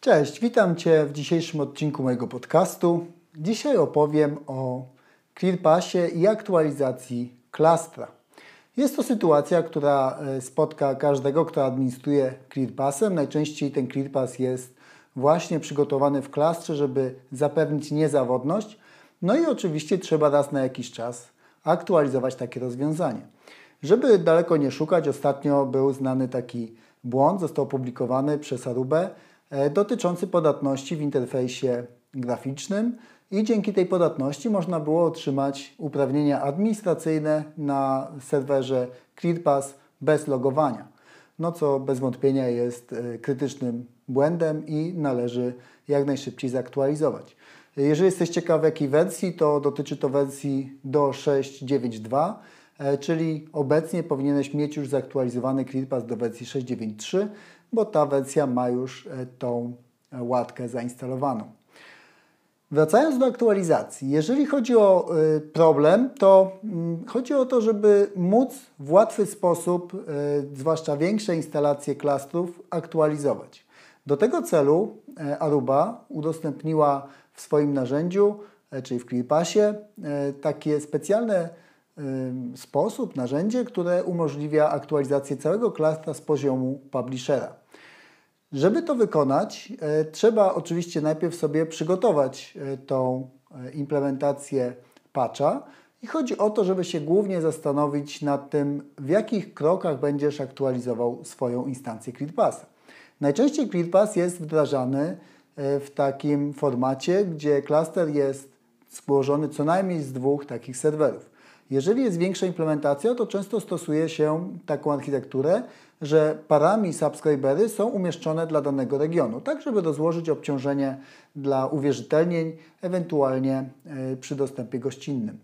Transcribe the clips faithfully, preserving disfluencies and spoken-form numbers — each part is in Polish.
Cześć, witam Cię w dzisiejszym odcinku mojego podcastu. Dzisiaj opowiem o ClearPassie i aktualizacji Klastra. Jest to sytuacja, która spotka każdego, kto administruje ClearPassem. Najczęściej ten ClearPass jest właśnie przygotowany w Klastrze, żeby zapewnić niezawodność. No i oczywiście trzeba raz na jakiś czas aktualizować takie rozwiązanie. Żeby daleko nie szukać, ostatnio był znany taki błąd, został opublikowany przez Arubę, dotyczący podatności w interfejsie graficznym i dzięki tej podatności można było otrzymać uprawnienia administracyjne na serwerze ClearPass bez logowania. No co bez wątpienia jest krytycznym błędem i należy jak najszybciej zaktualizować. Jeżeli jesteś ciekaw w jakiej wersji, to dotyczy to wersji do sześć dziewięć dwa, czyli obecnie powinieneś mieć już zaktualizowany ClearPass do wersji sześć dziewięć trzy, bo ta wersja ma już tą łatkę zainstalowaną. Wracając do aktualizacji, jeżeli chodzi o problem, to chodzi o to, żeby móc w łatwy sposób, zwłaszcza większe instalacje klastrów, aktualizować. Do tego celu Aruba udostępniła w swoim narzędziu, czyli w ClearPassie, takie specjalne sposób, narzędzie, które umożliwia aktualizację całego klastra z poziomu publishera. Żeby to wykonać, e, trzeba oczywiście najpierw sobie przygotować e, tą e, implementację patcha i chodzi o to, żeby się głównie zastanowić nad tym, w jakich krokach będziesz aktualizował swoją instancję ClearPassa. Najczęściej ClearPass jest wdrażany e, w takim formacie, gdzie klaster jest złożony co najmniej z dwóch takich serwerów. Jeżeli jest większa implementacja, to często stosuje się taką architekturę, że parami subskrybery są umieszczone dla danego regionu, tak żeby rozłożyć obciążenie dla uwierzytelnień, ewentualnie przy dostępie gościnnym.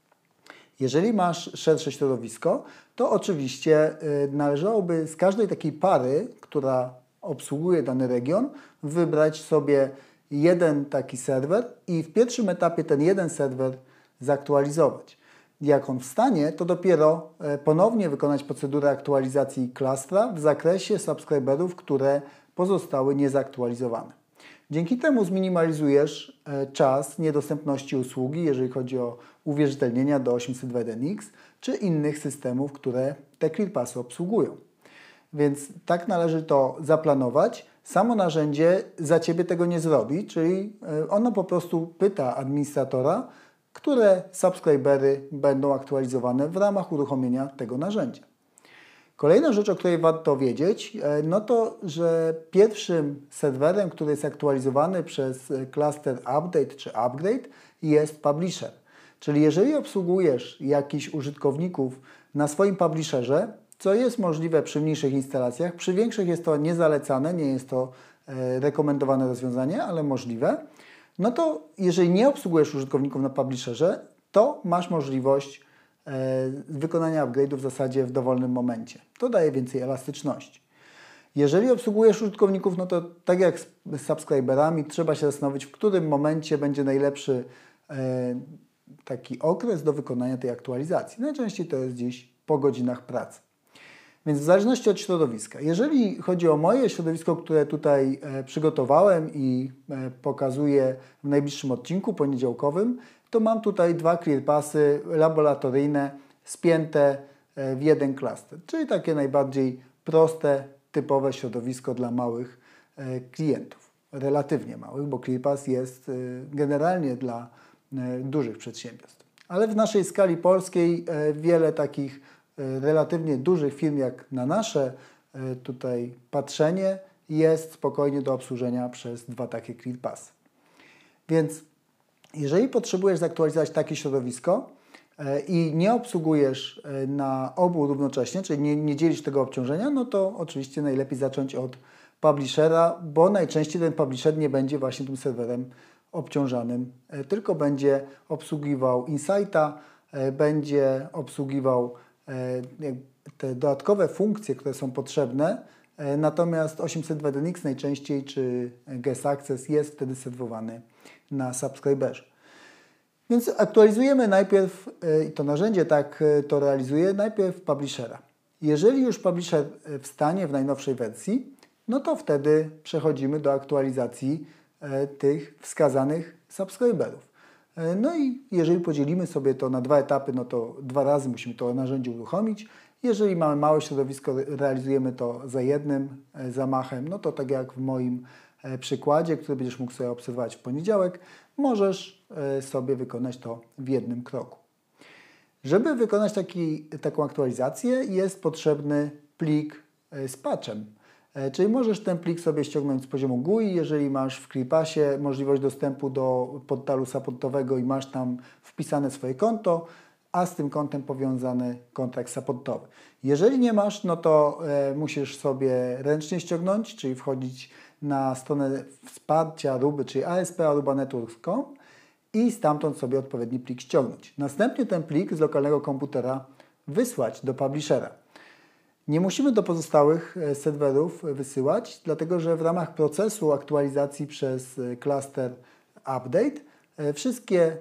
Jeżeli masz szersze środowisko, to oczywiście należałoby z każdej takiej pary, która obsługuje dany region, wybrać sobie jeden taki serwer i w pierwszym etapie ten jeden serwer zaktualizować. Jak on wstanie, to dopiero ponownie wykonać procedurę aktualizacji klastra w zakresie subskryberów, które pozostały niezaktualizowane. Dzięki temu zminimalizujesz czas niedostępności usługi, jeżeli chodzi o uwierzytelnienia do osiemset dwa jeden X czy innych systemów, które te ClearPassy obsługują. Więc tak należy to zaplanować. Samo narzędzie za Ciebie tego nie zrobi, czyli ono po prostu pyta administratora, które subskrybery będą aktualizowane w ramach uruchomienia tego narzędzia. Kolejna rzecz, o której warto wiedzieć, no to, że pierwszym serwerem, który jest aktualizowany przez cluster update czy upgrade, jest publisher. Czyli jeżeli obsługujesz jakichś użytkowników na swoim publisherze, co jest możliwe przy mniejszych instalacjach, przy większych jest to niezalecane, nie jest to rekomendowane rozwiązanie, ale możliwe, no to jeżeli nie obsługujesz użytkowników na publisherze, to masz możliwość e, wykonania upgrade'u w zasadzie w dowolnym momencie. To daje więcej elastyczności. Jeżeli obsługujesz użytkowników, no to tak jak z, z subskryberami, trzeba się zastanowić, w którym momencie będzie najlepszy e, taki okres do wykonania tej aktualizacji. Najczęściej to jest gdzieś po godzinach pracy. Więc w zależności od środowiska. Jeżeli chodzi o moje środowisko, które tutaj e, przygotowałem i e, pokazuję w najbliższym odcinku poniedziałkowym, to mam tutaj dwa ClearPassy laboratoryjne spięte e, w jeden klaster, czyli takie najbardziej proste, typowe środowisko dla małych e, klientów. Relatywnie małych, bo ClearPass jest e, generalnie dla e, dużych przedsiębiorstw. Ale w naszej skali polskiej e, wiele takich relatywnie dużych firm jak na nasze tutaj patrzenie jest spokojnie do obsłużenia przez dwa takie ClearPassy. Więc jeżeli potrzebujesz zaktualizować takie środowisko i nie obsługujesz na obu równocześnie, czyli nie, nie dzielisz tego obciążenia, no to oczywiście najlepiej zacząć od publishera, bo najczęściej ten publisher nie będzie właśnie tym serwerem obciążanym, tylko będzie obsługiwał Insighta, będzie obsługiwał te dodatkowe funkcje, które są potrzebne, natomiast osiemset dwa jeden X najczęściej czy Guest Access jest wtedy serwowany na subskryberze. Więc aktualizujemy najpierw, i to narzędzie tak to realizuje, najpierw publishera. Jeżeli już publisher wstanie w najnowszej wersji, no to wtedy przechodzimy do aktualizacji e, tych wskazanych subskryberów. E, no i jeżeli podzielimy sobie to na dwa etapy, no to dwa razy musimy to narzędzie uruchomić. Jeżeli mamy małe środowisko, realizujemy to za jednym e, zamachem, no to tak jak w moim e, przykładzie, który będziesz mógł sobie obserwować w poniedziałek, możesz e, sobie wykonać to w jednym kroku. Żeby wykonać taki, taką aktualizację, jest potrzebny plik z patchem. Czyli możesz ten plik sobie ściągnąć z poziomu G U I, jeżeli masz w ClearPassie możliwość dostępu do portalu supportowego i masz tam wpisane swoje konto, a z tym kontem powiązany kontrakt supportowy. Jeżeli nie masz, no to e, musisz sobie ręcznie ściągnąć, czyli wchodzić na stronę wsparcia Aruby, czyli a s p aruba networks kropka com i stamtąd sobie odpowiedni plik ściągnąć. Następnie ten plik z lokalnego komputera wysłać do publishera. Nie musimy do pozostałych serwerów wysyłać, dlatego że w ramach procesu aktualizacji przez cluster update wszystkie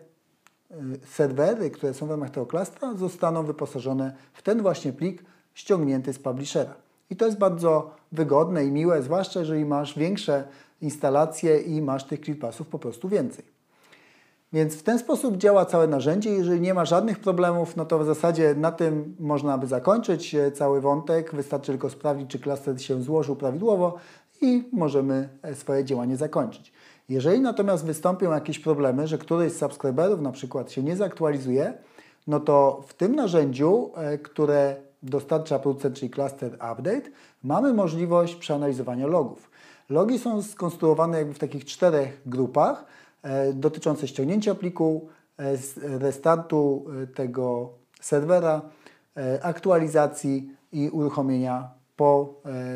serwery, które są w ramach tego klastra, zostaną wyposażone w ten właśnie plik ściągnięty z publishera. I to jest bardzo wygodne i miłe, zwłaszcza jeżeli masz większe instalacje i masz tych ClearPassów po prostu więcej. Więc w ten sposób działa całe narzędzie. Jeżeli nie ma żadnych problemów, no to w zasadzie na tym można by zakończyć cały wątek. Wystarczy tylko sprawdzić, czy klaster się złożył prawidłowo i możemy swoje działanie zakończyć. Jeżeli natomiast wystąpią jakieś problemy, że któryś z subskryberów na przykład się nie zaktualizuje, no to w tym narzędziu, które dostarcza producent, czyli Cluster Update, mamy możliwość przeanalizowania logów. Logi są skonstruowane jakby w takich czterech grupach, dotyczące ściągnięcia pliku, restartu tego serwera, aktualizacji i uruchomienia po,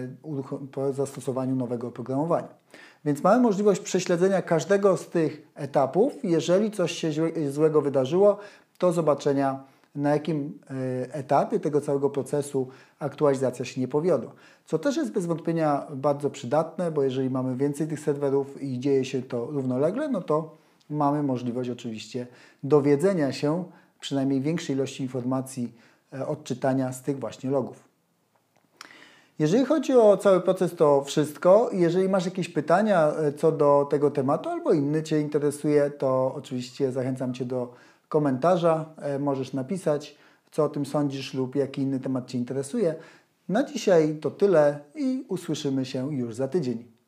po zastosowaniu nowego oprogramowania. Więc mamy możliwość prześledzenia każdego z tych etapów. Jeżeli coś się złego wydarzyło, to zobaczenia, na jakim etapie tego całego procesu aktualizacja się nie powiodła. Co też jest bez wątpienia bardzo przydatne, bo jeżeli mamy więcej tych serwerów i dzieje się to równolegle, no to mamy możliwość oczywiście dowiedzenia się przynajmniej większej ilości informacji, odczytania z tych właśnie logów. Jeżeli chodzi o cały proces, to wszystko. Jeżeli masz jakieś pytania co do tego tematu albo inny Cię interesuje, to oczywiście zachęcam Cię do komentarza. Możesz napisać, co o tym sądzisz lub jaki inny temat Cię interesuje. Na dzisiaj to tyle i usłyszymy się już za tydzień.